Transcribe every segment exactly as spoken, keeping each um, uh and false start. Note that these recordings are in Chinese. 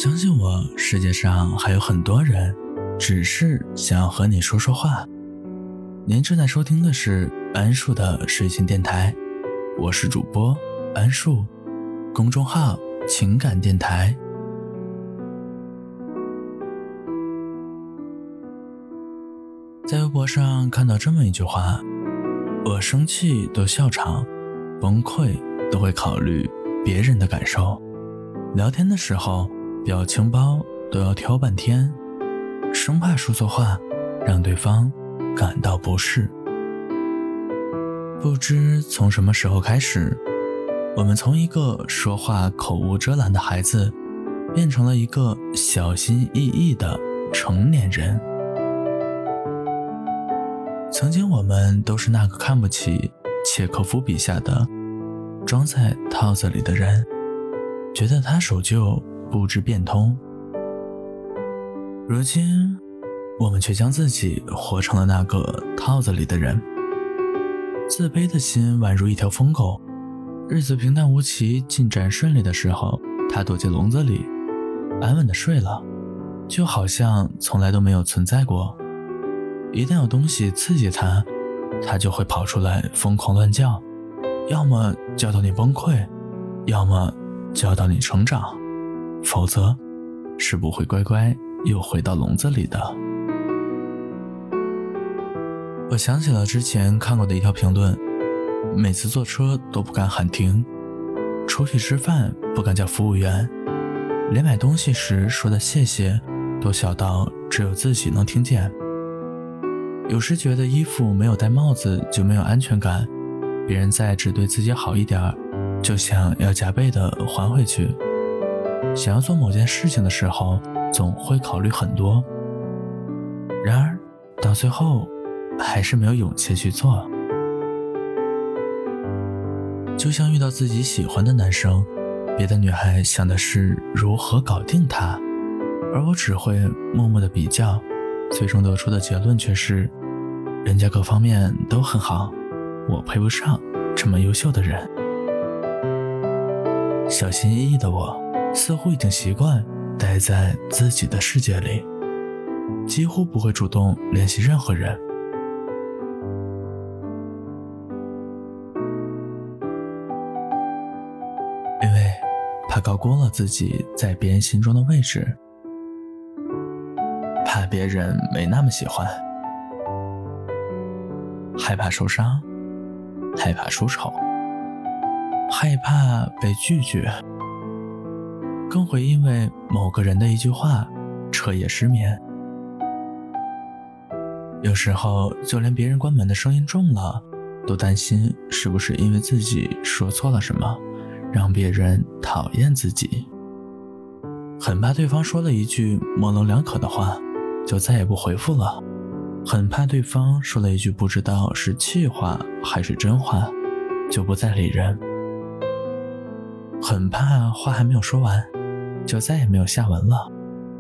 相信我，世界上还有很多人只是想要和你说说话。您正在收听的是安树的睡前电台，我是主播安树，公众号情感电台。在微博上看到这么一句话，我生气都笑场，崩溃都会考虑别人的感受，聊天的时候表情包都要挑半天，生怕说错话让对方感到不适。不知从什么时候开始，我们从一个说话口无遮拦的孩子变成了一个小心翼翼的成年人。曾经我们都是那个看不起契诃夫笔下的装在套子里的人，觉得他守旧不知变通。如今我们却将自己活成了那个套子里的人，自卑的心宛如一条疯狗，日子平淡无奇进展顺利的时候，他躲进笼子里安稳地睡了，就好像从来都没有存在过。一旦有东西刺激他，他就会跑出来疯狂乱叫，要么叫到你崩溃，要么叫到你成长，否则是不会乖乖又回到笼子里的。我想起了之前看过的一条评论，每次坐车都不敢喊停，出去吃饭不敢叫服务员，连买东西时说的谢谢都小到只有自己能听见。有时觉得衣服没有戴帽子就没有安全感，别人再只对自己好一点，就想要加倍的还回去。想要做某件事情的时候总会考虑很多，然而到最后还是没有勇气去做。就像遇到自己喜欢的男生，别的女孩想的是如何搞定他，而我只会默默的比较，最终得出的结论却是人家各方面都很好，我配不上这么优秀的人。小心翼翼的我似乎已经习惯待在自己的世界里，几乎不会主动联系任何人。因为怕高估了自己在别人心中的位置，怕别人没那么喜欢，害怕受伤，害怕出丑，害怕被拒绝，更会因为某个人的一句话彻夜失眠。有时候就连别人关门的声音重了，都担心是不是因为自己说错了什么，让别人讨厌自己。很怕对方说了一句模棱两可的话就再也不回复了，很怕对方说了一句不知道是气话还是真话就不再理人，很怕话还没有说完就再也没有下文了。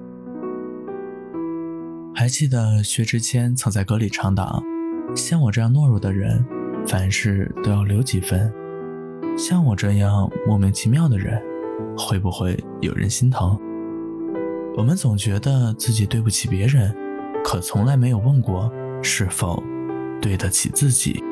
还记得薛之谦曾在歌里唱道，像我这样懦弱的人凡事都要留几分，像我这样莫名其妙的人会不会有人心疼？我们总觉得自己对不起别人，可从来没有问过是否对得起自己。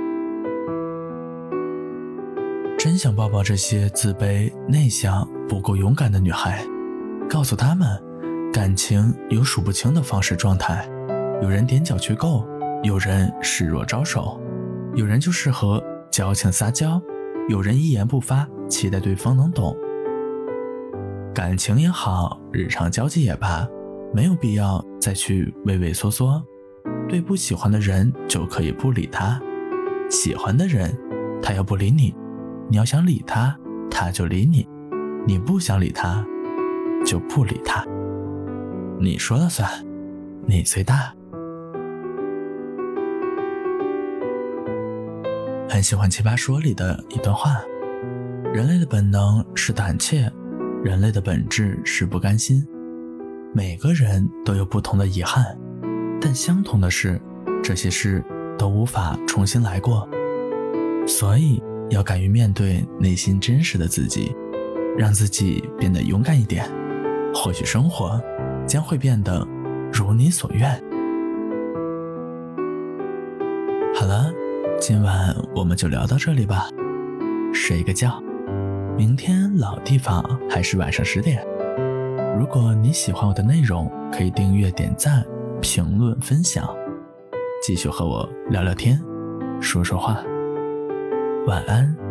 真想抱抱这些自卑、内向、不够勇敢的女孩，告诉她们，感情有数不清的方式状态，有人踮脚去够，有人示弱招手，有人就适合矫情撒娇，有人一言不发，期待对方能懂。感情也好，日常交际也罢，没有必要再去畏畏缩缩，对不喜欢的人就可以不理他，喜欢的人他要不理你，你要想理他他就理你，你不想理他就不理他，你说了算，你最大。很喜欢奇葩说里的一段话，人类的本能是胆怯，人类的本质是不甘心。每个人都有不同的遗憾，但相同的是，这些事都无法重新来过。所以要敢于面对内心真实的自己，让自己变得勇敢一点， 或许生活将会变得如你所愿。好了，今晚我们就聊到这里吧，睡个觉，明天老地方还是晚上十点。如果你喜欢我的内容，可以订阅、点赞、评论、分享，继续和我聊聊天，说说话。晚安。